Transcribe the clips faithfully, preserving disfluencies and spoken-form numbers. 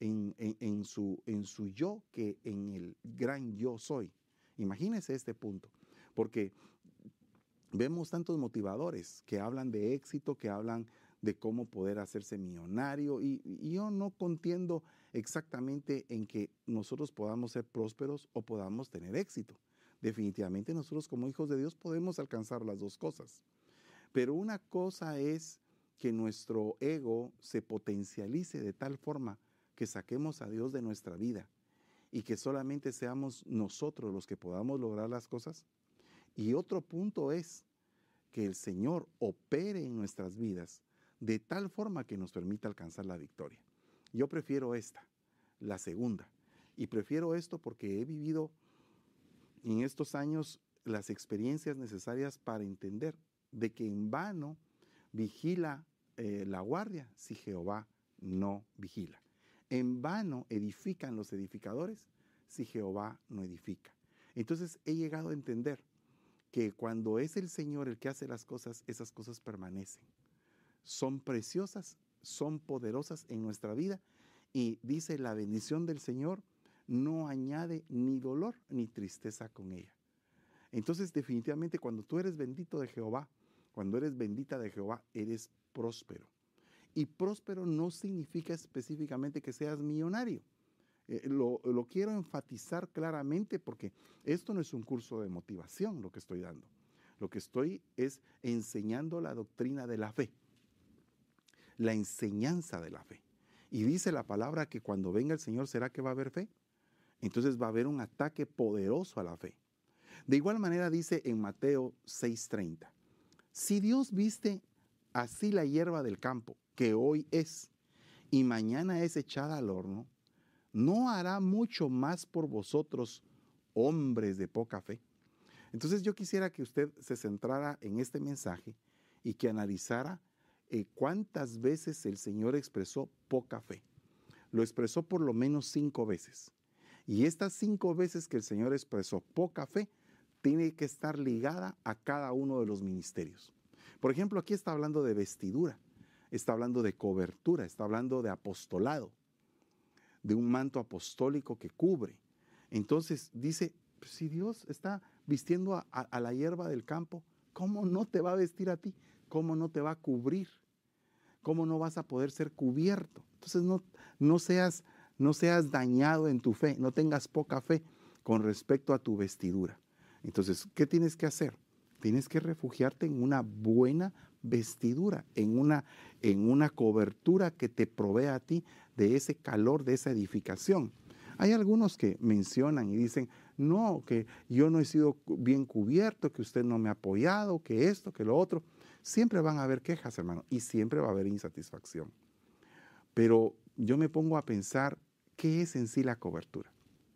en, en, en, su, en su yo que en el gran yo soy. Imagínense este punto, porque vemos tantos motivadores que hablan de éxito, que hablan de cómo poder hacerse millonario, y, y yo no contiendo exactamente en que nosotros podamos ser prósperos o podamos tener éxito. Definitivamente nosotros como hijos de Dios podemos alcanzar las dos cosas. Pero una cosa es que nuestro ego se potencialice de tal forma que saquemos a Dios de nuestra vida y que solamente seamos nosotros los que podamos lograr las cosas. Y otro punto es que el Señor opere en nuestras vidas de tal forma que nos permita alcanzar la victoria. Yo prefiero esta, la segunda. Y prefiero esto porque he vivido en estos años las experiencias necesarias para entender de que en vano vigila eh, la guardia si Jehová no vigila. En vano edifican los edificadores si Jehová no edifica. Entonces he llegado a entender que cuando es el Señor el que hace las cosas, esas cosas permanecen. Son preciosas, son poderosas en nuestra vida, y dice la bendición del Señor no añade ni dolor ni tristeza con ella. Entonces definitivamente cuando tú eres bendito de Jehová, cuando eres bendita de Jehová, eres próspero. Y próspero no significa específicamente que seas millonario. Eh, lo, lo quiero enfatizar claramente porque esto no es un curso de motivación lo que estoy dando. Lo que estoy es enseñando la doctrina de la fe, la enseñanza de la fe. Y dice la palabra que cuando venga el Señor, ¿será que va a haber fe? Entonces va a haber un ataque poderoso a la fe. De igual manera dice en Mateo seis treinta, si Dios viste así la hierba del campo, que hoy es y mañana es echada al horno, ¿no hará mucho más por vosotros, hombres de poca fe? Entonces yo quisiera que usted se centrara en este mensaje y que analizara eh, cuántas veces el Señor expresó poca fe. Lo expresó por lo menos cinco veces. Y estas cinco veces que el Señor expresó poca fe, tiene que estar ligada a cada uno de los ministerios. Por ejemplo, aquí está hablando de vestidura, está hablando de cobertura, está hablando de apostolado, de un manto apostólico que cubre. Entonces dice, pues, si Dios está vistiendo a, a, a la hierba del campo, ¿cómo no te va a vestir a ti? ¿Cómo no te va a cubrir? ¿Cómo no vas a poder ser cubierto? Entonces no, no, seas, no seas dañado en tu fe, no tengas poca fe con respecto a tu vestidura. Entonces, ¿qué tienes que hacer? Tienes que refugiarte en una buena vestidura, en una, en una cobertura que te provea a ti de ese calor, de esa edificación. Hay algunos que mencionan y dicen, no, que yo no he sido bien cubierto, que usted no me ha apoyado, que esto, que lo otro. Siempre van a haber quejas, hermano, y siempre va a haber insatisfacción. Pero yo me pongo a pensar, ¿qué es en sí la cobertura?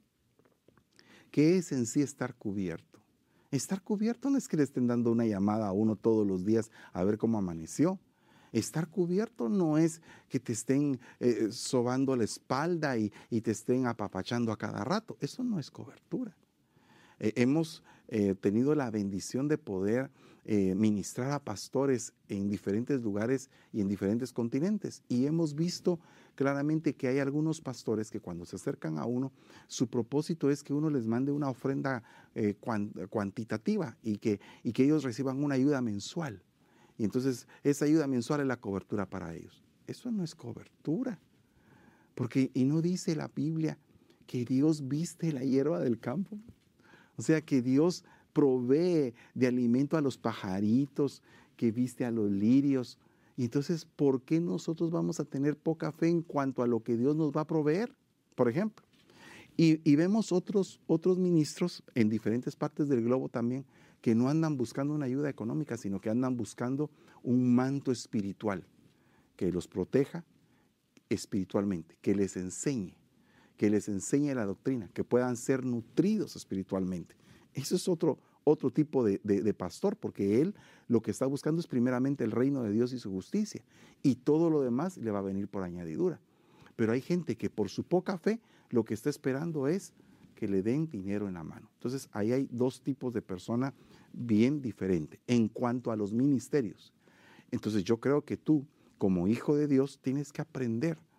¿Qué es en sí estar cubierto? Estar cubierto no es que le estén dando una llamada a uno todos los días a ver cómo amaneció. Estar cubierto no es que te estén eh, sobando la espalda y, y te estén apapachando a cada rato. Eso no es cobertura. Eh, hemos eh, tenido la bendición de poder eh, ministrar a pastores en diferentes lugares y en diferentes continentes. Y hemos visto claramente que hay algunos pastores que cuando se acercan a uno, su propósito es que uno les mande una ofrenda eh, cuantitativa y que, y que ellos reciban una ayuda mensual. Y entonces esa ayuda mensual es la cobertura para ellos. Eso no es cobertura. Porque, y no dice la Biblia que Dios viste la hierba del campo. O sea, que Dios provee de alimento a los pajaritos, que viste a los lirios. Y entonces, ¿por qué nosotros vamos a tener poca fe en cuanto a lo que Dios nos va a proveer? Por ejemplo. Y, y vemos otros, otros ministros en diferentes partes del globo también, que no andan buscando una ayuda económica, sino que andan buscando un manto espiritual que los proteja espiritualmente, que les enseñe, que les enseñe la doctrina, que puedan ser nutridos espiritualmente. Eso es otro, otro tipo de, de, de pastor, porque él lo que está buscando es primeramente el reino de Dios y su justicia, y todo lo demás le va a venir por añadidura. Pero hay gente que por su poca fe lo que está esperando es que le den dinero en la mano. Entonces ahí hay dos tipos de personas bien diferentes en cuanto a los ministerios. Entonces yo creo que tú, como hijo de Dios, tienes que aprender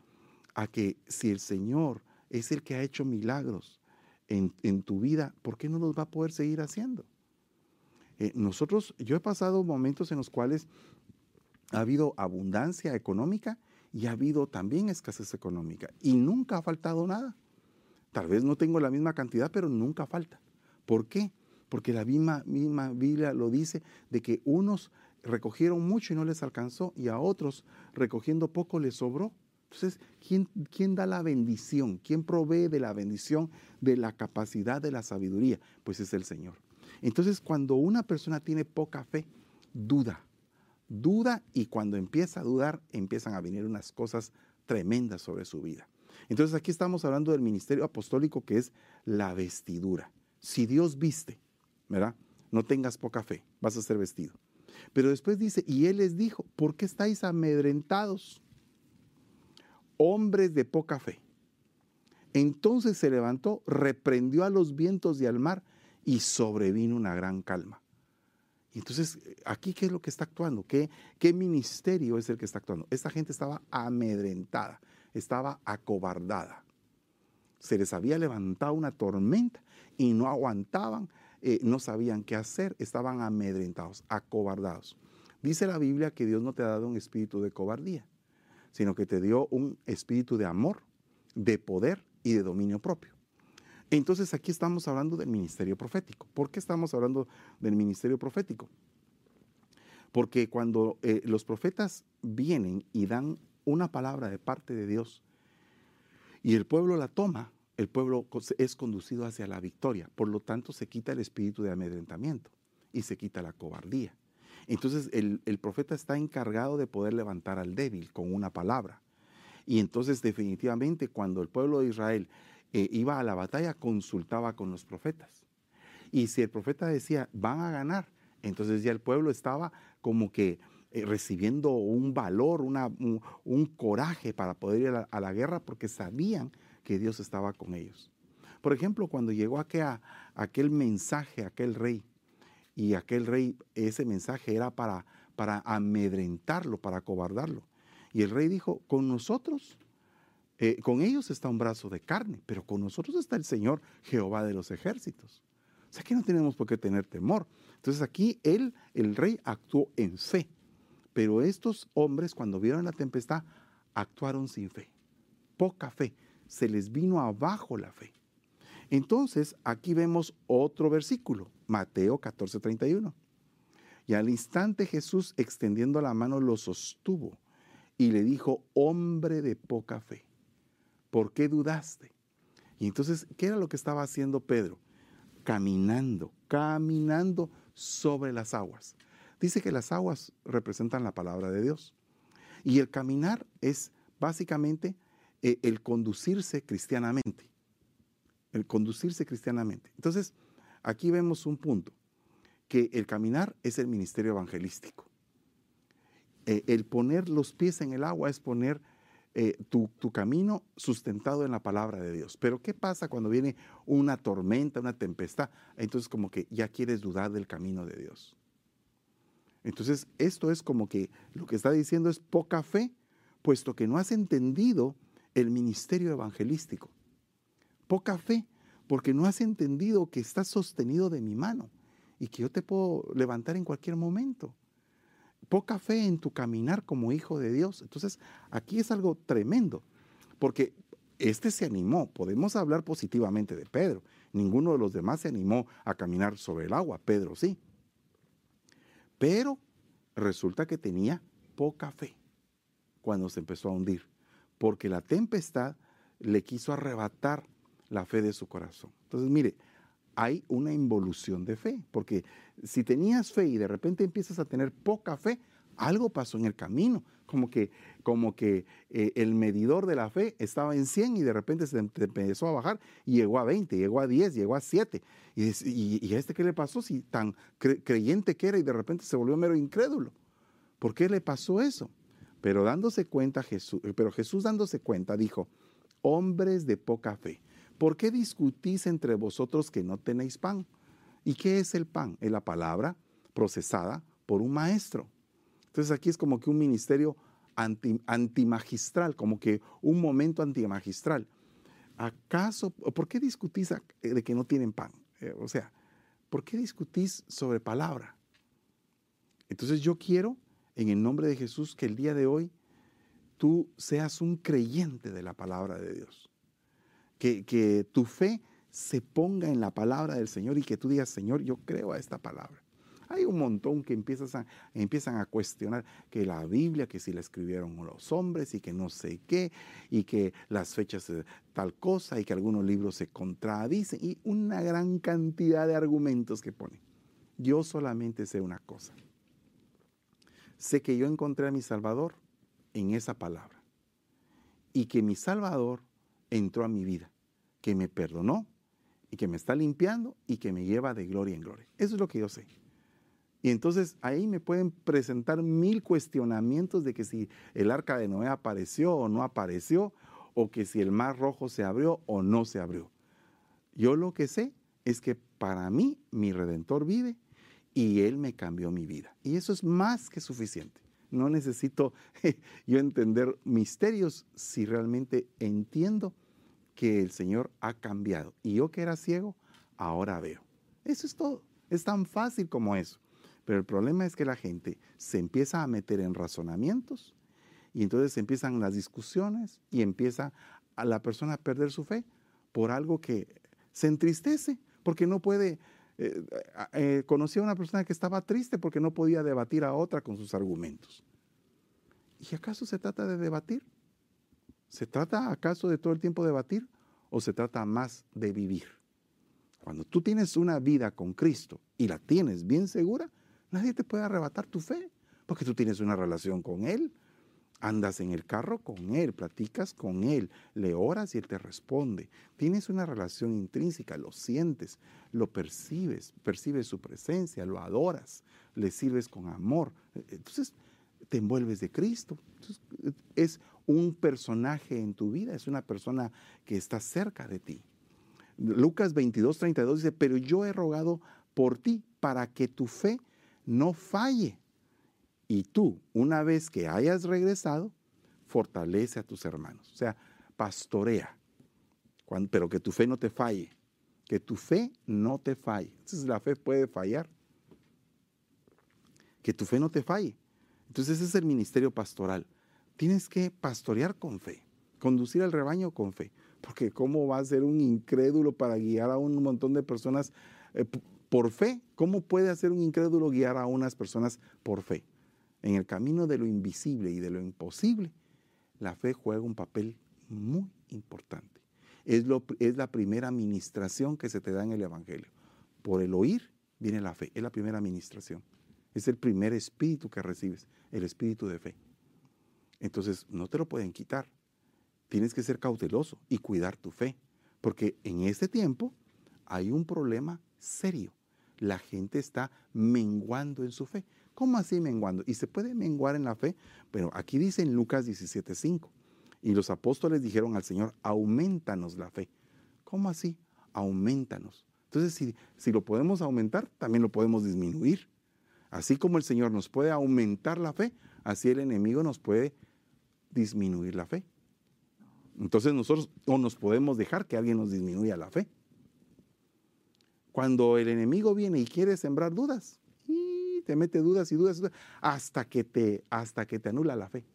a que si el Señor es el que ha hecho milagros en, en tu vida, ¿por qué no los va a poder seguir haciendo? Eh, nosotros, yo he pasado momentos en los cuales ha habido abundancia económica y ha habido también escasez económica y nunca ha faltado nada. Tal vez no tengo la misma cantidad, pero nunca falta. ¿Por qué? Porque la misma, misma Biblia lo dice, de que unos recogieron mucho y no les alcanzó, y a otros recogiendo poco les sobró. Entonces, ¿quién, quién da la bendición? ¿Quién provee de la bendición, de la capacidad, de la sabiduría? Pues es el Señor. Entonces, cuando una persona tiene poca fe, duda, duda, y cuando empieza a dudar, empiezan a venir unas cosas tremendas sobre su vida. Entonces aquí estamos hablando del ministerio apostólico, que es la vestidura. Si Dios viste, ¿verdad? No tengas poca fe, vas a ser vestido. Pero después dice, y Él les dijo, ¿por qué estáis amedrentados, hombres de poca fe? Entonces se levantó, reprendió a los vientos y al mar, y sobrevino una gran calma. Y entonces, aquí, ¿qué es lo que está actuando? ¿Qué, qué ministerio es el que está actuando? Esta gente estaba amedrentada, estaba acobardada. Se les había levantado una tormenta y no aguantaban, eh, no sabían qué hacer, estaban amedrentados, acobardados. Dice la Biblia que Dios no te ha dado un espíritu de cobardía, sino que te dio un espíritu de amor, de poder y de dominio propio. Entonces aquí estamos hablando del ministerio profético. ¿Por qué estamos hablando del ministerio profético? Porque cuando eh, los profetas vienen y dan una palabra de parte de Dios y el pueblo la toma, el pueblo es conducido hacia la victoria. Por lo tanto, se quita el espíritu de amedrentamiento y se quita la cobardía. Entonces el, el profeta está encargado de poder levantar al débil con una palabra. Y entonces definitivamente cuando el pueblo de Israel Eh, iba a la batalla, consultaba con los profetas. Y si el profeta decía, van a ganar, entonces ya el pueblo estaba como que eh, recibiendo un valor, una, un, un coraje para poder ir a la, a la guerra, porque sabían que Dios estaba con ellos. Por ejemplo, cuando llegó aquel, aquel mensaje, aquel rey, y aquel rey, ese mensaje era para, para amedrentarlo, para acobardarlo. Y el rey dijo, con nosotros, Eh, con ellos está un brazo de carne, pero con nosotros está el Señor Jehová de los ejércitos. O sea que no tenemos por qué tener temor. Entonces aquí él, el rey, actuó en fe. Pero estos hombres, cuando vieron la tempestad, actuaron sin fe. Poca fe. Se les vino abajo la fe. Entonces aquí vemos otro versículo, Mateo catorce, treinta y uno. Y al instante Jesús, extendiendo la mano, lo sostuvo y le dijo, hombre de poca fe, ¿por qué dudaste? Y entonces, ¿qué era lo que estaba haciendo Pedro? Caminando, caminando sobre las aguas. Dice que las aguas representan la palabra de Dios. Y el caminar es básicamente eh, el conducirse cristianamente. El conducirse cristianamente. Entonces, aquí vemos un punto, que el caminar es el ministerio evangelístico. Eh, el poner los pies en el agua es poner Eh, tu, tu camino sustentado en la palabra de Dios. Pero ¿qué pasa cuando viene una tormenta, una tempestad? Entonces como que ya quieres dudar del camino de Dios. Entonces esto es como que lo que está diciendo es poca fe, puesto que no has entendido el ministerio evangelístico. Poca fe, porque no has entendido que estás sostenido de mi mano y que yo te puedo levantar en cualquier momento. Poca fe en tu caminar como hijo de Dios. Entonces, aquí es algo tremendo, porque este se animó. Podemos hablar positivamente de Pedro. Ninguno de los demás se animó a caminar sobre el agua. Pedro sí. Pero resulta que tenía poca fe cuando se empezó a hundir, porque la tempestad le quiso arrebatar la fe de su corazón. Entonces, mire, hay una involución de fe, porque si tenías fe y de repente empiezas a tener poca fe, algo pasó en el camino, como que, como que eh, el medidor de la fe estaba en cien y de repente se empezó a bajar y llegó a veinte, llegó a diez, llegó a siete. Y, y, y a este, ¿qué le pasó? Si tan cre creyente que era y de repente se volvió mero incrédulo. ¿Por qué le pasó eso? Pero dándose cuenta Jesús, pero Jesús dándose cuenta dijo, hombres de poca fe, ¿por qué discutís entre vosotros que no tenéis pan? ¿Y qué es el pan? Es la palabra procesada por un maestro. Entonces aquí es como que un ministerio anti, antimagistral, como que un momento antimagistral. ¿Acaso, por qué discutís de que no tienen pan? Eh, o sea, ¿por qué discutís sobre palabra? Entonces yo quiero, en el nombre de Jesús, que el día de hoy tú seas un creyente de la palabra de Dios. Que, que tu fe se ponga en la palabra del Señor y que tú digas, Señor, yo creo a esta palabra. Hay un montón que empiezas a, empiezan a cuestionar que la Biblia, que si la escribieron los hombres y que no sé qué, y que las fechas de tal cosa y que algunos libros se contradicen y una gran cantidad de argumentos que ponen. Yo solamente sé una cosa. Sé que yo encontré a mi Salvador en esa palabra y que mi Salvador entró a mi vida, que me perdonó y que me está limpiando y que me lleva de gloria en gloria. Eso es lo que yo sé. Y entonces ahí me pueden presentar mil cuestionamientos de que si el arca de Noé apareció o no apareció, o que si el mar rojo se abrió o no se abrió. Yo lo que sé es que para mí mi Redentor vive y Él me cambió mi vida. Y eso es más que suficiente. No necesito yo entender misterios si realmente entiendo que el Señor ha cambiado. Y yo que era ciego, ahora veo. Eso es todo. Es tan fácil como eso. Pero el problema es que la gente se empieza a meter en razonamientos y entonces empiezan las discusiones y empieza a la persona a perder su fe por algo que se entristece porque no puede. Eh, eh, conocí a una persona que estaba triste porque no podía debatir a otra con sus argumentos. ¿Y acaso se trata de debatir? ¿Se trata acaso de todo el tiempo debatir o se trata más de vivir? Cuando tú tienes una vida con Cristo y la tienes bien segura, nadie te puede arrebatar tu fe, porque tú tienes una relación con Él. Andas en el carro con Él, platicas con Él, le oras y Él te responde. Tienes una relación intrínseca, lo sientes, lo percibes, percibes su presencia, lo adoras, le sirves con amor. Entonces te envuelves de Cristo. Entonces, es un personaje en tu vida, es una persona que está cerca de ti. Lucas veintidós, treinta y dos dice, pero yo he rogado por ti para que tu fe no falle. Y tú, una vez que hayas regresado, fortalece a tus hermanos. O sea, pastorea, cuando, pero que tu fe no te falle. Que tu fe no te falle. Entonces la fe puede fallar. Que tu fe no te falle. Entonces ese es el ministerio pastoral. Tienes que pastorear con fe, conducir al rebaño con fe. Porque ¿cómo va a ser un incrédulo para guiar a un montón de personas eh, por fe? ¿Cómo puede hacer un incrédulo guiar a unas personas por fe? En el camino de lo invisible y de lo imposible, la fe juega un papel muy importante. Es, lo, es la primera ministración que se te da en el Evangelio. Por el oír viene la fe, es la primera ministración. Es el primer espíritu que recibes, el espíritu de fe. Entonces no te lo pueden quitar. Tienes que ser cauteloso y cuidar tu fe, porque en este tiempo hay un problema serio. La gente está menguando en su fe. ¿Cómo así menguando? ¿Y se puede menguar en la fe? Bueno, aquí dice en Lucas diecisiete cinco, y los apóstoles dijeron al Señor, aumentanos la fe. ¿Cómo así? Aumentanos. Entonces, si, si lo podemos aumentar, también lo podemos disminuir. Así como el Señor nos puede aumentar la fe, así el enemigo nos puede disminuir la fe. Entonces nosotros no nos podemos dejar que alguien nos disminuya la fe. Cuando el enemigo viene y quiere sembrar dudas, y te mete dudas y dudas, y dudas hasta que te, hasta que te anula la fe.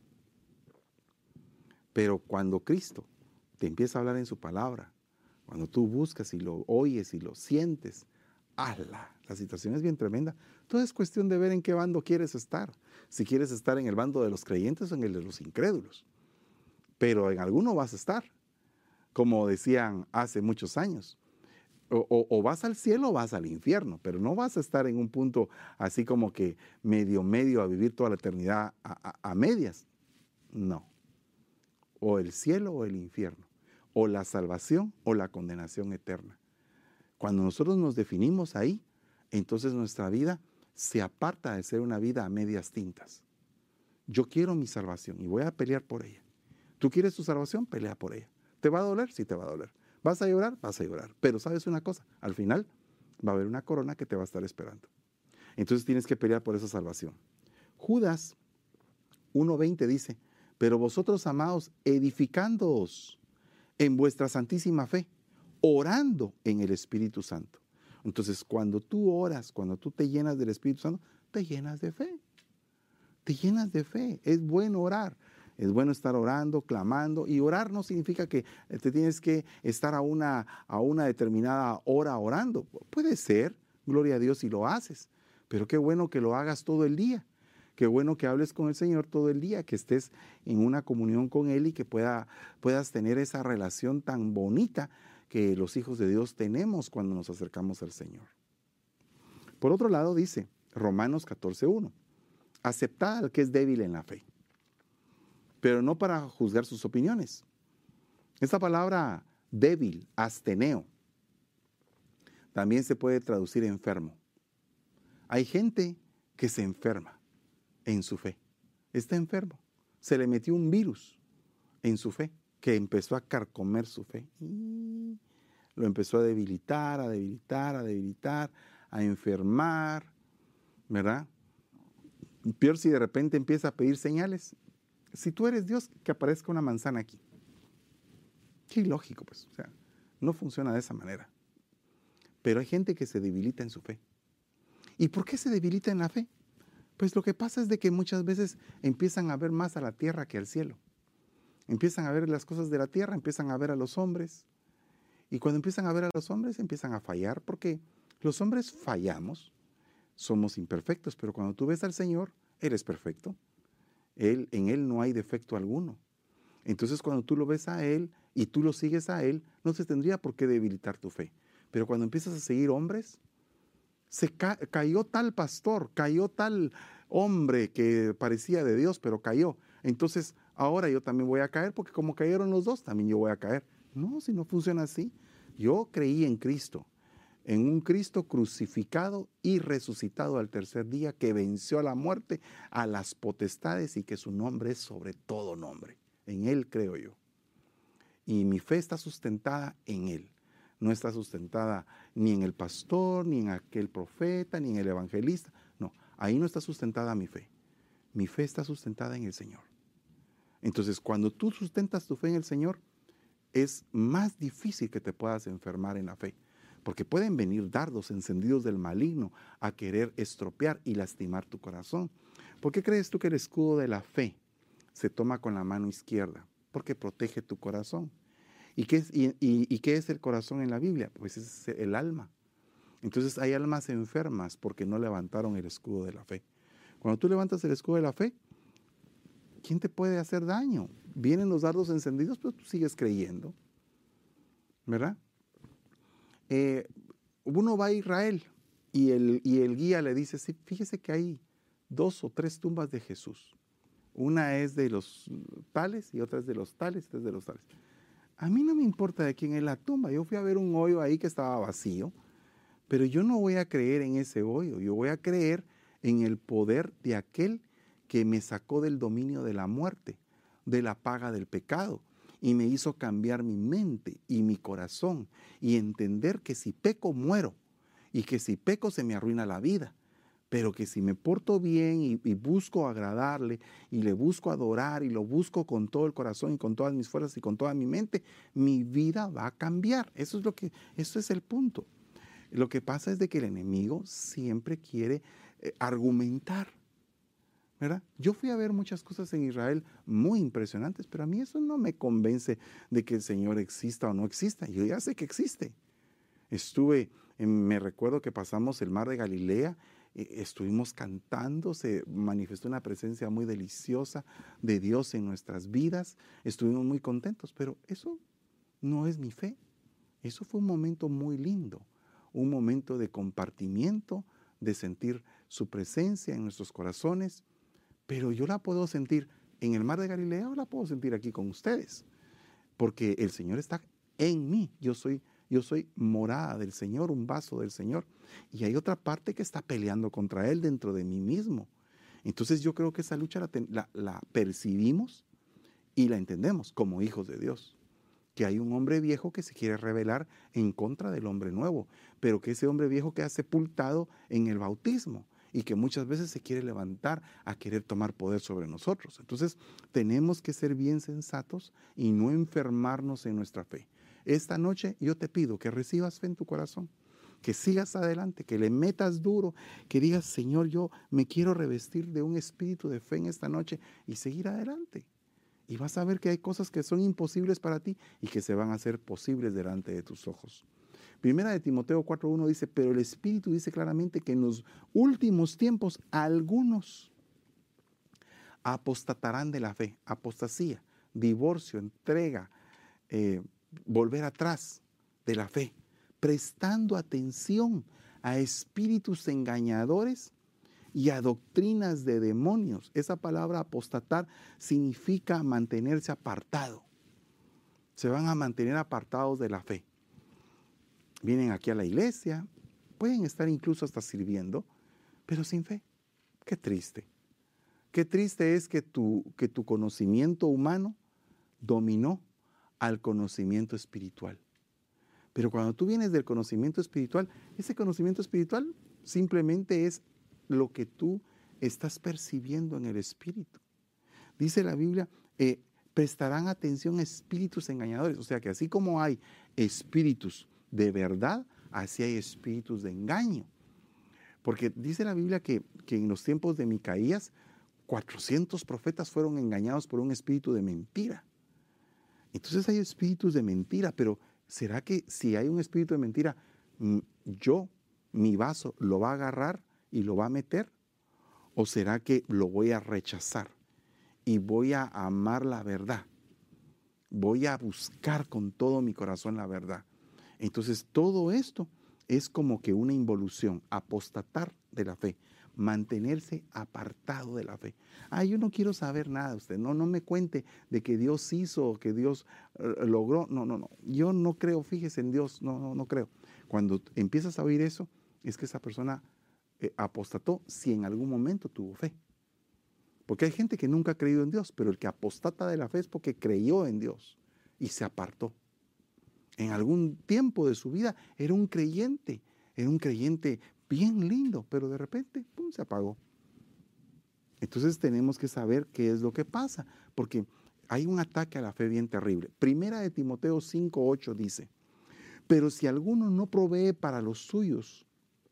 Pero cuando Cristo te empieza a hablar en su palabra, cuando tú buscas y lo oyes y lo sientes, ¡ala! La situación es bien tremenda. Todo es cuestión de ver en qué bando quieres estar. Si quieres estar en el bando de los creyentes o en el de los incrédulos. Pero en alguno vas a estar, como decían hace muchos años. O, o, o vas al cielo o vas al infierno, pero no vas a estar en un punto así como que medio, medio a vivir toda la eternidad a, a, a medias. No. O el cielo o el infierno. O la salvación o la condenación eterna. Cuando nosotros nos definimos ahí, entonces nuestra vida se aparta de ser una vida a medias tintas. Yo quiero mi salvación y voy a pelear por ella. ¿Tú quieres tu salvación? Pelea por ella. ¿Te va a doler? Sí te va a doler. ¿Vas a llorar? Vas a llorar. Pero ¿sabes una cosa? Al final va a haber una corona que te va a estar esperando. Entonces tienes que pelear por esa salvación. Judas uno veinte dice, Pero vosotros, amados, edificándoos en vuestra santísima fe, orando en el Espíritu Santo. Entonces, cuando tú oras, cuando tú te llenas del Espíritu Santo, te llenas de fe. Te llenas de fe. Es bueno orar. Es bueno estar orando, clamando. Y orar no significa que te tienes que estar a una, a una determinada hora orando. Puede ser, gloria a Dios, si lo haces. Pero qué bueno que lo hagas todo el día. Qué bueno que hables con el Señor todo el día, que estés en una comunión con Él y que pueda, puedas tener esa relación tan bonita que los hijos de Dios tenemos cuando nos acercamos al Señor. Por otro lado, dice Romanos catorce uno, aceptad al que es débil en la fe, pero no para juzgar sus opiniones. Esta palabra débil, asteneo, también se puede traducir enfermo. Hay gente que se enferma en su fe. Está enfermo. Se le metió un virus en su fe que empezó a carcomer su fe. Y lo empezó a debilitar, a debilitar, a debilitar, a enfermar, ¿verdad? Peor si de repente empieza a pedir señales. Si tú eres Dios, que aparezca una manzana aquí. Qué ilógico, pues. O sea, no funciona de esa manera. Pero hay gente que se debilita en su fe. ¿Y por qué se debilita en la fe? Pues lo que pasa es de que muchas veces empiezan a ver más a la tierra que al cielo. Empiezan a ver las cosas de la tierra, empiezan a ver a los hombres. Y cuando empiezan a ver a los hombres, empiezan a fallar, porque los hombres fallamos, somos imperfectos, pero cuando tú ves al Señor, Él es perfecto. Él, en Él no hay defecto alguno. Entonces cuando tú lo ves a Él y tú lo sigues a Él, no se tendría por qué debilitar tu fe. Pero cuando empiezas a seguir hombres, se ca- cayó tal pastor, cayó tal hombre que parecía de Dios, pero cayó. Entonces, ahora yo también voy a caer, porque como cayeron los dos, también yo voy a caer. No, si no funciona así. Yo creí en Cristo, en un Cristo crucificado y resucitado al tercer día, que venció a la muerte, a las potestades, y que su nombre es sobre todo nombre. En Él creo yo. Y mi fe está sustentada en Él. No está sustentada ni en el pastor, ni en aquel profeta, ni en el evangelista. No, ahí no está sustentada mi fe. Mi fe está sustentada en el Señor. Entonces, cuando tú sustentas tu fe en el Señor, es más difícil que te puedas enfermar en la fe. Porque pueden venir dardos encendidos del maligno a querer estropear y lastimar tu corazón. ¿Por qué crees tú que el escudo de la fe se toma con la mano izquierda? Porque protege tu corazón. ¿Y qué es, y, y, ¿Y qué es el corazón en la Biblia? Pues es el alma. Entonces hay almas enfermas porque no levantaron el escudo de la fe. Cuando tú levantas el escudo de la fe, ¿quién te puede hacer daño? Vienen los dardos encendidos, pero tú sigues creyendo, ¿verdad? Eh, uno va a Israel y el, y el guía le dice, sí, fíjese que hay dos o tres tumbas de Jesús. Una es de los tales y otra es de los tales, otra es de los tales. A mí no me importa de quién es la tumba. Yo fui a ver un hoyo ahí que estaba vacío, pero yo no voy a creer en ese hoyo. Yo voy a creer en el poder de aquel que me sacó del dominio de la muerte, de la paga del pecado, y me hizo cambiar mi mente y mi corazón y entender que si peco muero y que si peco se me arruina la vida. Pero que si me porto bien y, y busco agradarle y le busco adorar y lo busco con todo el corazón y con todas mis fuerzas y con toda mi mente, mi vida va a cambiar. Eso es lo que, eso es el punto. Lo que pasa es de que el enemigo siempre quiere eh, argumentar, ¿verdad? Yo fui a ver muchas cosas en Israel muy impresionantes, pero a mí eso no me convence de que el Señor exista o no exista. Yo ya sé que existe. Estuve, me recuerdo que pasamos el mar de Galilea. Estuvimos cantando, se manifestó una presencia muy deliciosa de Dios en nuestras vidas, estuvimos muy contentos, pero eso no es mi fe. Eso fue un momento muy lindo, un momento de compartimiento, de sentir su presencia en nuestros corazones, pero yo la puedo sentir en el mar de Galilea o la puedo sentir aquí con ustedes, porque el Señor está en mí, yo soy Yo soy morada del Señor, un vaso del Señor. Y hay otra parte que está peleando contra Él dentro de mí mismo. Entonces yo creo que esa lucha la, la, la percibimos y la entendemos como hijos de Dios. Que hay un hombre viejo que se quiere rebelar en contra del hombre nuevo, pero que ese hombre viejo queda sepultado en el bautismo. y que muchas veces se quiere levantar a querer tomar poder sobre nosotros. Entonces, tenemos que ser bien sensatos y no enfermarnos en nuestra fe. Esta noche yo te pido que recibas fe en tu corazón, que sigas adelante, que le metas duro, que digas, Señor, yo me quiero revestir de un espíritu de fe en esta noche y seguir adelante. Y vas a ver que hay cosas que son imposibles para ti y que se van a hacer posibles delante de tus ojos. Primera de Timoteo cuatro uno dice, pero el Espíritu dice claramente que en los últimos tiempos algunos apostatarán de la fe, apostasía, divorcio, entrega, eh, volver atrás de la fe, prestando atención a espíritus engañadores y a doctrinas de demonios. Esa palabra apostatar significa mantenerse apartado. Se van a mantener apartados de la fe. Vienen aquí a la iglesia, pueden estar incluso hasta sirviendo, pero sin fe. Qué triste. Qué triste es que tu, que tu conocimiento humano dominó al conocimiento espiritual. Pero cuando tú vienes del conocimiento espiritual, ese conocimiento espiritual simplemente es lo que tú estás percibiendo en el espíritu. Dice la Biblia, eh, prestarán atención a espíritus engañadores. O sea que así como hay espíritus de verdad, así hay espíritus de engaño. Porque dice la Biblia que, que en los tiempos de Micaías, cuatrocientos profetas fueron engañados por un espíritu de mentira. Entonces hay espíritus de mentira, pero ¿será que si hay un espíritu de mentira, yo, mi vaso, lo va a agarrar y lo va a meter? ¿O será que lo voy a rechazar y voy a amar la verdad? Voy a buscar con todo mi corazón la verdad. Entonces todo esto es como que una involución, apostatar de la fe, mantenerse apartado de la fe. Ah, yo no quiero saber nada de usted, no, no me cuente de que Dios hizo, que Dios uh, logró, no, no, no, yo no creo, fíjese en Dios, no, no, no creo. Cuando empiezas a oír eso, es que esa persona eh, apostató si en algún momento tuvo fe. Porque hay gente que nunca ha creído en Dios, pero el que apostata de la fe es porque creyó en Dios y se apartó. En algún tiempo de su vida era un creyente, era un creyente bien lindo, pero de repente, pum, se apagó. Entonces tenemos que saber qué es lo que pasa, porque hay un ataque a la fe bien terrible. Primera de Timoteo cinco ocho dice, pero si alguno no provee para los suyos,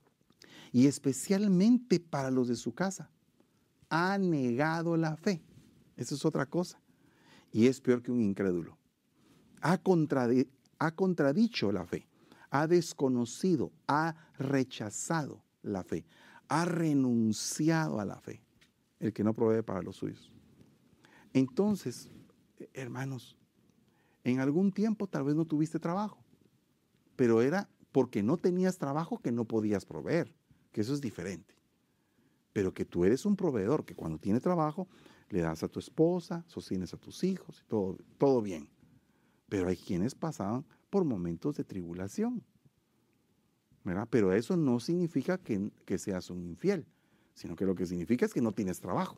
y especialmente para los de su casa, ha negado la fe. Eso es otra cosa. Y es peor que un incrédulo. Ha, contradi- ha contradicho la fe. Ha desconocido, ha rechazado la fe. Ha renunciado a la fe. El que no provee para los suyos. Entonces, hermanos, en algún tiempo tal vez no tuviste trabajo. Pero era porque no tenías trabajo que no podías proveer. Que eso es diferente. Pero que tú eres un proveedor, que cuando tienes trabajo, le das a tu esposa, sostienes a tus hijos, y todo, todo bien. Pero hay quienes pasaban por momentos de tribulación, ¿verdad? Pero eso no significa que, que seas un infiel, sino que lo que significa es que no tienes trabajo.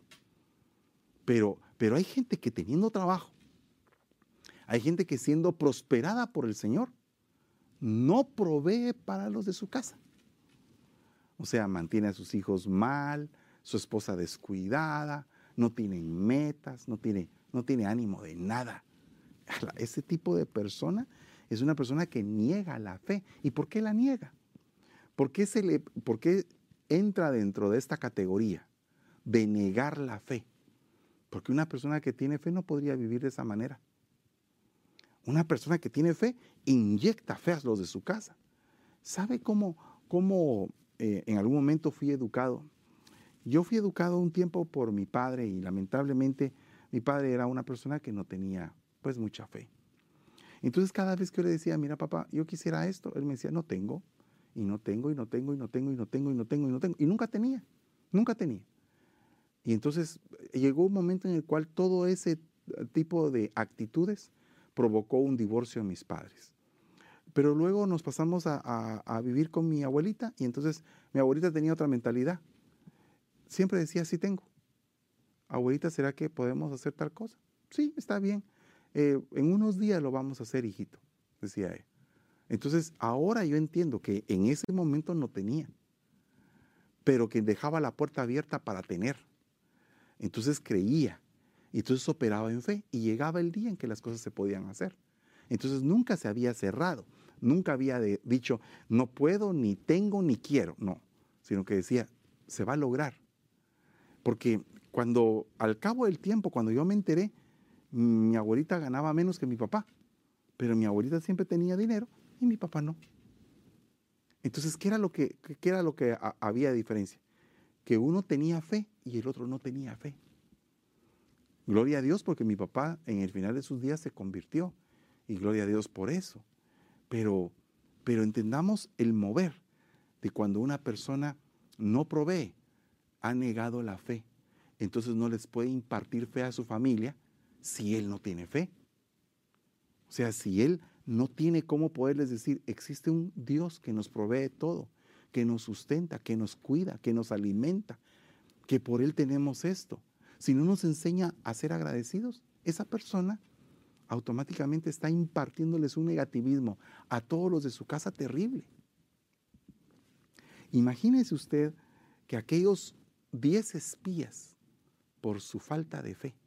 Pero, pero hay gente que teniendo trabajo, hay gente que siendo prosperada por el Señor, no provee para los de su casa. O sea, mantiene a sus hijos mal, su esposa descuidada, no tienen metas, no tiene, no tiene ánimo de nada. Ese tipo de persona es una persona que niega la fe. ¿Y por qué la niega? ¿Por qué, se le, por qué entra dentro de esta categoría de negar la fe? Porque una persona que tiene fe no podría vivir de esa manera. Una persona que tiene fe inyecta fe a los de su casa. ¿Sabe cómo, cómo eh, en algún momento fui educado? Yo fui educado un tiempo por mi padre y lamentablemente mi padre era una persona que no tenía pues mucha fe. Entonces cada vez que yo le decía, mira papá, yo quisiera esto, él me decía, no tengo, y no tengo, y no tengo, y no tengo, y no tengo, y no tengo, y no tengo, y nunca tenía, nunca tenía. Y entonces llegó un momento en el cual todo ese tipo de actitudes provocó un divorcio en mis padres. Pero luego nos pasamos a, a, a vivir con mi abuelita y entonces mi abuelita tenía otra mentalidad. Siempre decía, sí tengo. Abuelita, ¿será que podemos hacer tal cosa? Sí, está bien. Eh, en unos días lo vamos a hacer, hijito, decía ella. Entonces ahora yo entiendo que en ese momento no tenía. pero que dejaba la puerta abierta para tener. Entonces creía, y entonces operaba en fe, y llegaba el día en que las cosas se podían hacer. Entonces nunca se había cerrado, nunca había de, dicho, no puedo, ni tengo, ni quiero, no, sino que decía, se va a lograr. Porque cuando, al cabo del tiempo, cuando yo me enteré, mi abuelita ganaba menos que mi papá, pero mi abuelita siempre tenía dinero y mi papá no. Entonces, ¿qué era lo que, qué era lo que a, había de diferencia? Que uno tenía fe y el otro no tenía fe. Gloria a Dios porque mi papá en el final de sus días se convirtió y gloria a Dios por eso. Pero, pero entendamos el mover de cuando una persona no provee, ha negado la fe. Entonces no les puede impartir fe a su familia si él no tiene fe. O sea, si él no tiene cómo poderles decir, existe un Dios que nos provee todo, que nos sustenta, que nos cuida, que nos alimenta, que por él tenemos esto. Si no nos enseña a ser agradecidos, esa persona automáticamente está impartiéndoles un negativismo a todos los de su casa terrible. Imagínese usted que aquellos diez espías, por su falta de fe,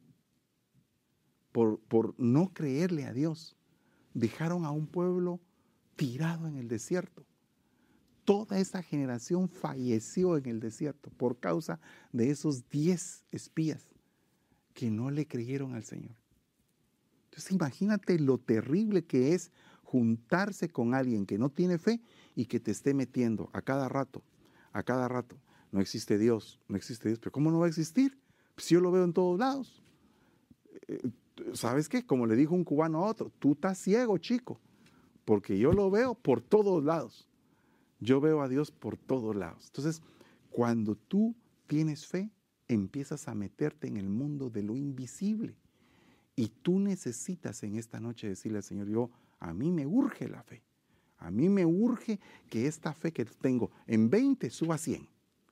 por, por no creerle a Dios, dejaron a un pueblo tirado en el desierto. Toda esa generación falleció en el desierto por causa de esos diez espías que no le creyeron al Señor. Entonces imagínate lo terrible que es juntarse con alguien que no tiene fe y que te esté metiendo a cada rato, a cada rato. No existe Dios, no existe Dios, pero ¿cómo no va a existir? Pues yo lo veo en todos lados. Eh, ¿Sabes qué? Como le dijo un cubano a otro, tú estás ciego, chico, porque yo lo veo por todos lados. Yo veo a Dios por todos lados. Entonces, cuando tú tienes fe, empiezas a meterte en el mundo de lo invisible. Y tú necesitas en esta noche decirle al Señor, yo, a mí me urge la fe. A mí me urge que esta fe que tengo en veinte suba a cien.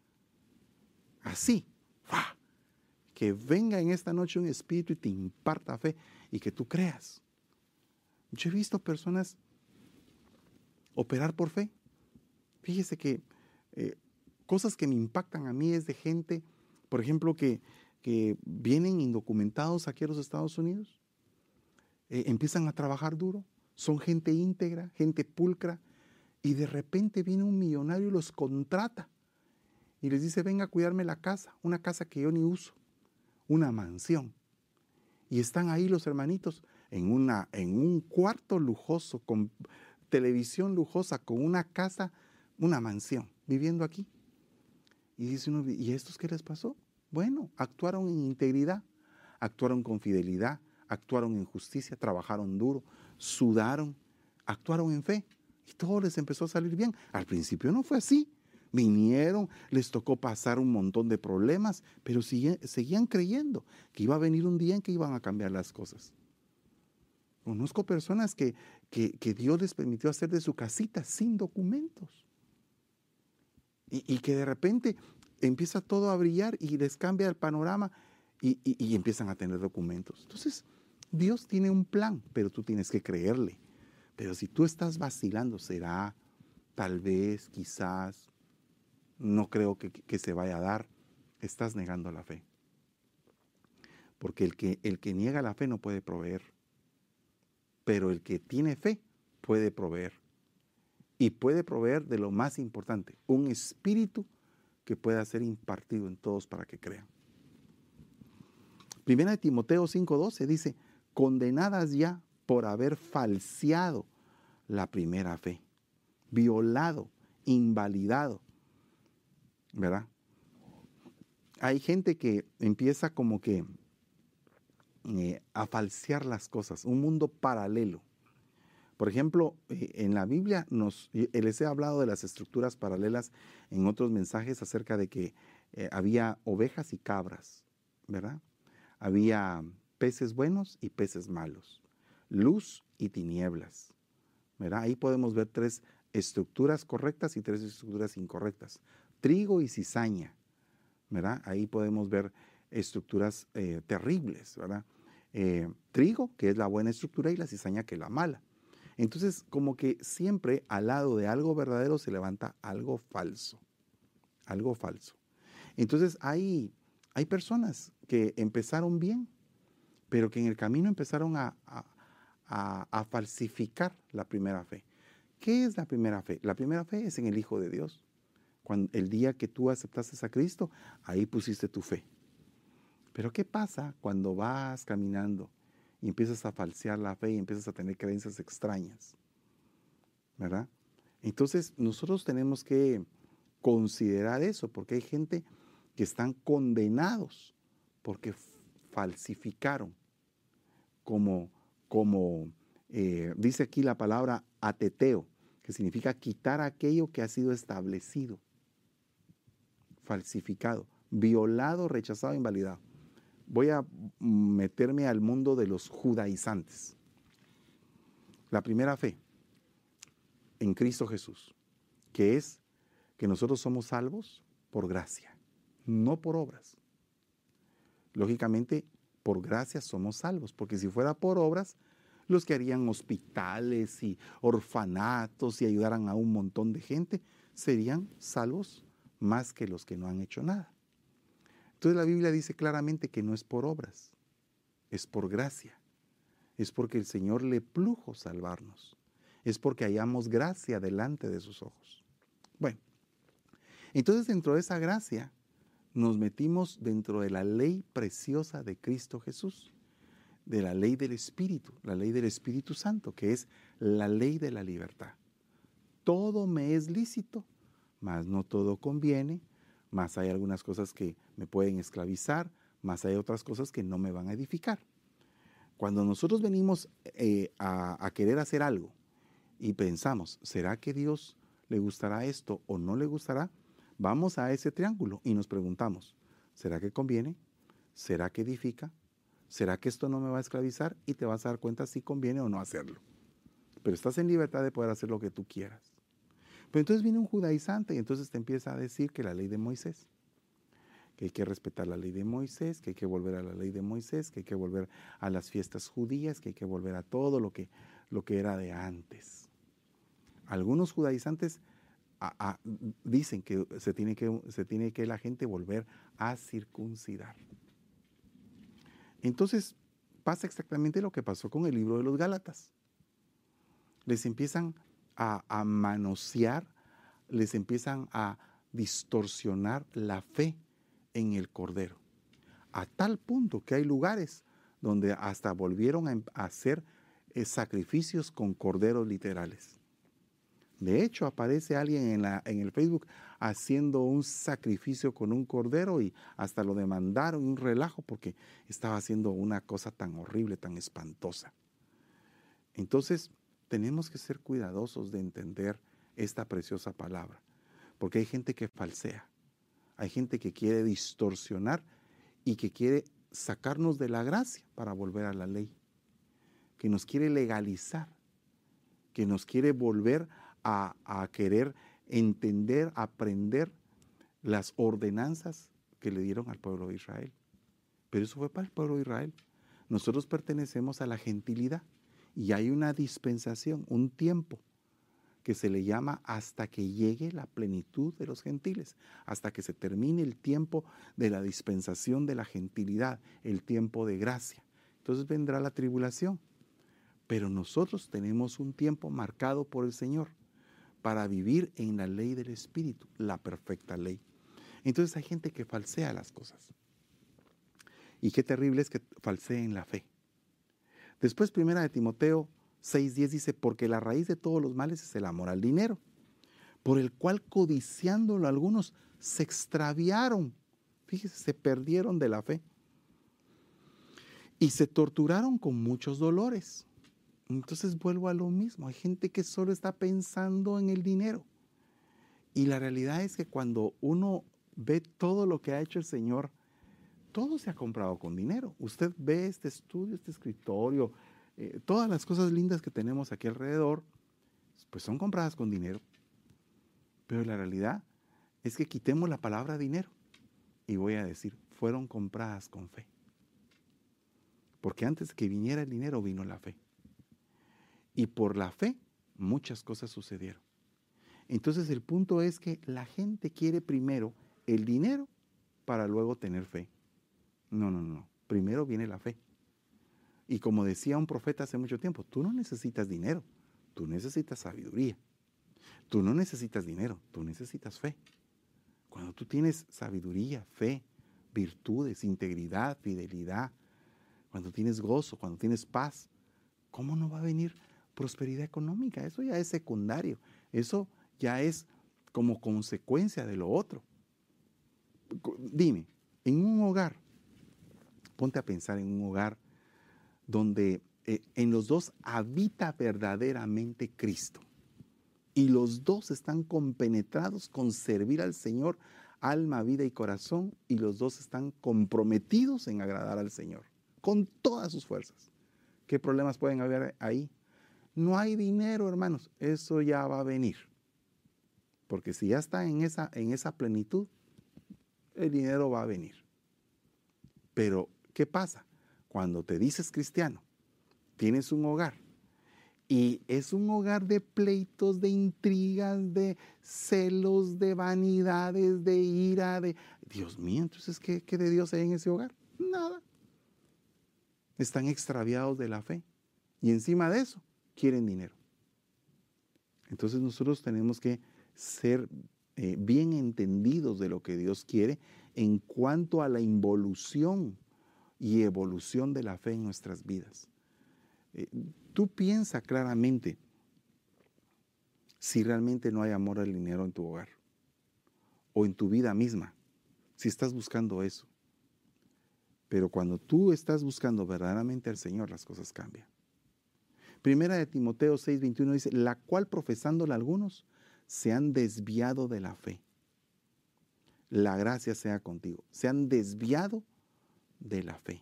Así, ¡fua! Que venga en esta noche un espíritu y te imparta fe y que tú creas. Yo he visto personas operar por fe. Fíjese que eh, cosas que me impactan a mí es de gente, por ejemplo, que, que vienen indocumentados aquí a los Estados Unidos, eh, empiezan a trabajar duro, son gente íntegra, gente pulcra, y de repente viene un millonario y los contrata y les dice, venga a cuidarme la casa, una casa que yo ni uso, una mansión. Y están ahí los hermanitos en, una, en un cuarto lujoso, con televisión lujosa, con una casa, una mansión, viviendo aquí. Y dice uno, ¿y a estos qué les pasó? Bueno, actuaron en integridad, actuaron con fidelidad, actuaron en justicia, trabajaron duro, sudaron, actuaron en fe. Y todo les empezó a salir bien. Al principio no fue así. Vinieron, les tocó pasar un montón de problemas, pero siguen, seguían creyendo que iba a venir un día en que iban a cambiar las cosas. Conozco personas que, que, que Dios les permitió hacer de su casita sin documentos. Y, y que de repente empieza todo a brillar y les cambia el panorama y, y, y empiezan a tener documentos. Entonces, Dios tiene un plan, pero tú tienes que creerle. Pero si tú estás vacilando, será, tal vez, quizás, no creo que, que se vaya a dar, estás negando la fe. Porque el que, el que niega la fe no puede proveer. Pero el que tiene fe puede proveer. Y puede proveer de lo más importante, un espíritu que pueda ser impartido en todos para que crean. Primera de Timoteo cinco doce dice, condenadas ya por haber falseado la primera fe, violado, invalidado, ¿verdad? Hay gente que empieza como que eh, a falsear las cosas, un mundo paralelo. Por ejemplo, eh, en la Biblia nos, les he hablado de las estructuras paralelas en otros mensajes acerca de que eh, había ovejas y cabras, ¿verdad? Había peces buenos y peces malos, luz y tinieblas, ¿verdad? Ahí podemos ver tres estructuras correctas y tres estructuras incorrectas, trigo y cizaña, ¿verdad? Ahí podemos ver estructuras eh, terribles, ¿verdad? Eh, trigo, que es la buena estructura, y la cizaña, que es la mala. Entonces, como que siempre al lado de algo verdadero se levanta algo falso, algo falso. Entonces hay, hay personas que empezaron bien, pero que en el camino empezaron a, a, a, a falsificar la primera fe. ¿Qué es la primera fe? La primera fe es en el Hijo de Dios. Cuando, el día que tú aceptaste a Cristo, ahí pusiste tu fe. Pero ¿qué pasa cuando vas caminando y empiezas a falsear la fe y empiezas a tener creencias extrañas? ¿Verdad? Entonces nosotros tenemos que considerar eso, porque hay gente que están condenados porque falsificaron, como, como eh, dice aquí la palabra ateteo, que significa quitar aquello que ha sido establecido, falsificado, violado, rechazado, invalidado. Voy a meterme al mundo de los judaizantes. La primera fe en Cristo Jesús, que es que nosotros somos salvos por gracia, no por obras. Lógicamente, por gracia somos salvos, porque si fuera por obras, los que harían hospitales y orfanatos y ayudaran a un montón de gente, serían salvos más que los que no han hecho nada. Entonces la Biblia dice claramente que no es por obras, es por gracia. Es porque el Señor le plujo salvarnos. Es porque hallamos gracia delante de sus ojos. Bueno, entonces dentro de esa gracia nos metimos dentro de la ley preciosa de Cristo Jesús, de la ley del Espíritu, la ley del Espíritu Santo, que es la ley de la libertad. Todo me es lícito, mas no todo conviene, mas hay algunas cosas que me pueden esclavizar, mas hay otras cosas que no me van a edificar. Cuando nosotros venimos eh, a, a querer hacer algo y pensamos, ¿será que Dios le gustará esto o no le gustará? Vamos a ese triángulo y nos preguntamos, ¿será que conviene? ¿Será que edifica? ¿Será que esto no me va a esclavizar? Y te vas a dar cuenta si conviene o no hacerlo. Pero estás en libertad de poder hacer lo que tú quieras. Pero entonces viene un judaizante y entonces te empieza a decir que la ley de Moisés, que hay que respetar la ley de Moisés, que hay que volver a la ley de Moisés, que hay que volver a las fiestas judías, que hay que volver a todo lo que, lo que era de antes. Algunos judaizantes a, a, dicen que se, tiene que se tiene que la gente volver a circuncidar. Entonces pasa exactamente lo que pasó con el libro de los Gálatas. Les empiezan a, a manosear, les empiezan a distorsionar la fe en el Cordero, a tal punto que hay lugares donde hasta volvieron a hacer eh, sacrificios con corderos literales. De hecho, aparece alguien en, la, en el Facebook haciendo un sacrificio con un cordero y hasta lo demandaron, un relajo, porque estaba haciendo una cosa tan horrible, tan espantosa. Entonces, tenemos que ser cuidadosos de entender esta preciosa palabra, porque hay gente que falsea. Hay gente que quiere distorsionar y que quiere sacarnos de la gracia para volver a la ley, que nos quiere legalizar, que nos quiere volver a, a querer entender, aprender las ordenanzas que le dieron al pueblo de Israel. Pero eso fue para el pueblo de Israel. Nosotros pertenecemos a la gentilidad y hay una dispensación, un tiempo que se le llama hasta que llegue la plenitud de los gentiles, hasta que se termine el tiempo de la dispensación de la gentilidad, el tiempo de gracia. Entonces vendrá la tribulación. Pero nosotros tenemos un tiempo marcado por el Señor para vivir en la ley del Espíritu, la perfecta ley. Entonces hay gente que falsea las cosas. Y qué terrible es que falseen la fe. Después, primera de Timoteo seis diez dice, porque la raíz de todos los males es el amor al dinero, por el cual codiciándolo algunos se extraviaron, fíjese, se perdieron de la fe y se torturaron con muchos dolores. Entonces vuelvo a lo mismo, hay gente que solo está pensando en el dinero. Y la realidad es que cuando uno ve todo lo que ha hecho el Señor, todo se ha comprado con dinero. Usted ve este estudio, este escritorio, eh, todas las cosas lindas que tenemos aquí alrededor, pues son compradas con dinero. Pero la realidad es que quitemos la palabra dinero y voy a decir, fueron compradas con fe. Porque antes que viniera el dinero vino la fe. Y por la fe muchas cosas sucedieron. Entonces el punto es que la gente quiere primero el dinero para luego tener fe. No, no, no. Primero viene la fe. Y como decía un profeta hace mucho tiempo, tú no necesitas dinero, tú necesitas sabiduría. Tú no necesitas dinero, tú necesitas fe. Cuando tú tienes sabiduría, fe, virtudes, integridad, fidelidad, cuando tienes gozo, cuando tienes paz, ¿cómo no va a venir prosperidad económica? Eso ya es secundario. Eso ya es como consecuencia de lo otro. Dime, en un hogar, ponte a pensar en un hogar donde eh, en los dos habita verdaderamente Cristo. Y los dos están compenetrados con servir al Señor, alma, vida y corazón, y los dos están comprometidos en agradar al Señor, con todas sus fuerzas. ¿Qué problemas pueden haber ahí? No hay dinero, hermanos, eso ya va a venir. Porque si ya está en esa, en esa plenitud, el dinero va a venir. Pero, ¿qué pasa? Cuando te dices cristiano, tienes un hogar, y es un hogar de pleitos, de intrigas, de celos, de vanidades, de ira, de... Dios mío, entonces, ¿qué, qué de Dios hay en ese hogar? Nada. Están extraviados de la fe. Y encima de eso, quieren dinero. Entonces nosotros tenemos que ser eh, bien entendidos de lo que Dios quiere en cuanto a la involución y evolución de la fe en nuestras vidas. Eh, tú piensa claramente si realmente no hay amor al dinero en tu hogar o en tu vida misma, si estás buscando eso. Pero cuando tú estás buscando verdaderamente al Señor, las cosas cambian. Primera de Timoteo seis veintiuno dice, la cual profesándola algunos se han desviado de la fe. La gracia sea contigo. Se han desviado de la fe.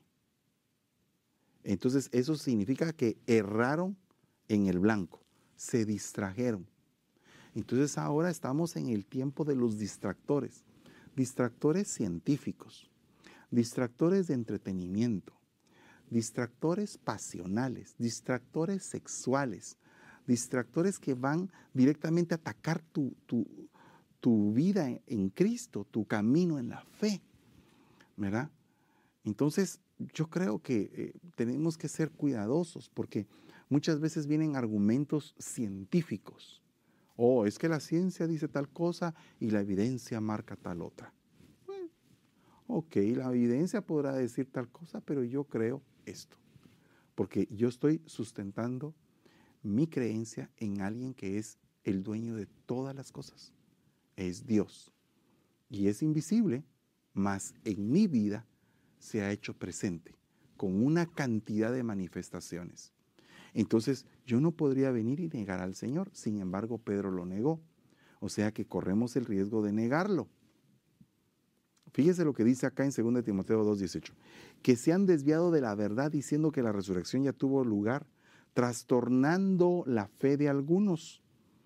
Entonces eso significa que erraron en el blanco, se distrajeron. Entonces ahora estamos en el tiempo de los distractores, distractores científicos, distractores de entretenimiento, distractores pasionales, distractores sexuales, distractores que van directamente a atacar tu, tu, tu vida en Cristo, tu camino en la fe, ¿verdad? Entonces yo creo que eh, tenemos que ser cuidadosos porque muchas veces vienen argumentos científicos. Oh, es que la ciencia dice tal cosa y la evidencia marca tal otra. Bueno, ok, la evidencia podrá decir tal cosa, pero yo creo esto. Porque yo estoy sustentando mi creencia en alguien que es el dueño de todas las cosas. Es Dios. Y es invisible, mas en mi vida se ha hecho presente con una cantidad de manifestaciones. Entonces, yo no podría venir y negar al Señor. Sin embargo, Pedro lo negó. O sea que corremos el riesgo de negarlo. Fíjese lo que dice acá en segunda de Timoteo dos dieciocho. Que se han desviado de la verdad diciendo que la resurrección ya tuvo lugar, trastornando la fe de algunos.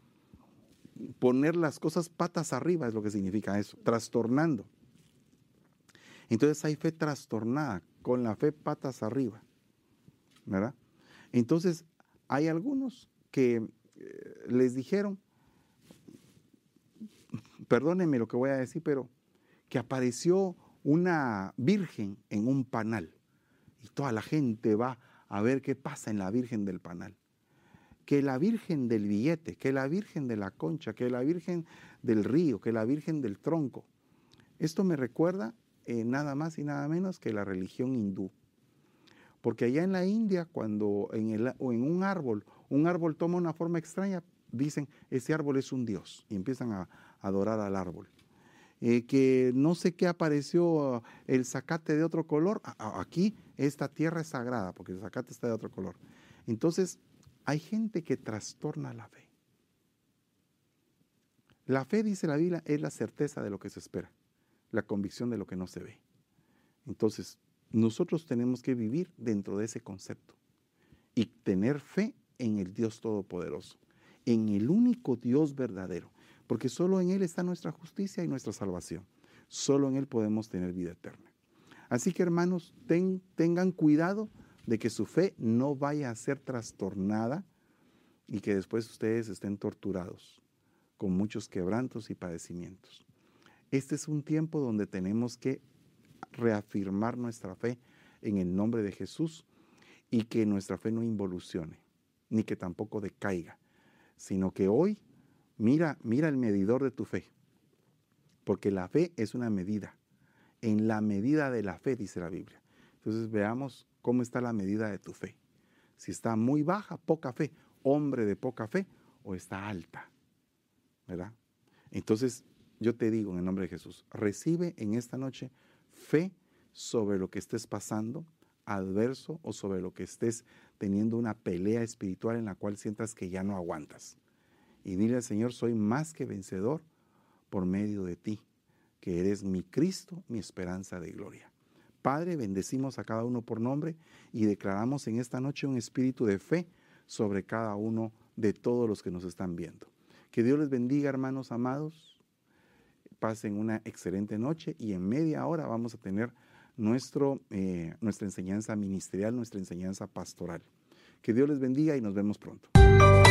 Poner las cosas patas arriba es lo que significa eso, trastornando. Entonces hay fe trastornada, con la fe patas arriba, ¿verdad? Entonces hay algunos que eh, les dijeron, perdónenme lo que voy a decir, pero que apareció una virgen en un panal y toda la gente va a ver qué pasa en la virgen del panal. Que la virgen del billete, que la virgen de la concha, que la virgen del río, que la virgen del tronco. Esto me recuerda eh, nada más y nada menos que la religión hindú. Porque allá en la India, cuando en, el, o en un árbol, un árbol toma una forma extraña, dicen, ese árbol es un dios, y empiezan a, a adorar al árbol. Eh, que no sé qué apareció el zacate de otro color, aquí esta tierra es sagrada, porque el zacate está de otro color. Entonces, hay gente que trastorna la fe. La fe, dice la Biblia, es la certeza de lo que se espera, la convicción de lo que no se ve. Entonces, nosotros tenemos que vivir dentro de ese concepto y tener fe en el Dios Todopoderoso, en el único Dios verdadero, porque solo en Él está nuestra justicia y nuestra salvación. Solo en Él podemos tener vida eterna. Así que, hermanos, ten, tengan cuidado de que su fe no vaya a ser trastornada y que después ustedes estén torturados con muchos quebrantos y padecimientos. Este es un tiempo donde tenemos que reafirmar nuestra fe en el nombre de Jesús y que nuestra fe no involucione, ni que tampoco decaiga, sino que hoy mira, mira el medidor de tu fe, porque la fe es una medida. En la medida de la fe, dice la Biblia. Entonces veamos cómo está la medida de tu fe. Si está muy baja, poca fe, hombre de poca fe, o está alta, ¿verdad? Entonces yo te digo en el nombre de Jesús, recibe en esta noche fe sobre lo que estés pasando, adverso, o sobre lo que estés teniendo una pelea espiritual en la cual sientas que ya no aguantas. Y dile al Señor, soy más que vencedor por medio de ti, que eres mi Cristo, mi esperanza de gloria. Padre, bendecimos a cada uno por nombre y declaramos en esta noche un espíritu de fe sobre cada uno de todos los que nos están viendo. Que Dios les bendiga, hermanos amados. Pasen una excelente noche y en media hora vamos a tener nuestro, eh, nuestra enseñanza ministerial, nuestra enseñanza pastoral. Que Dios les bendiga y nos vemos pronto.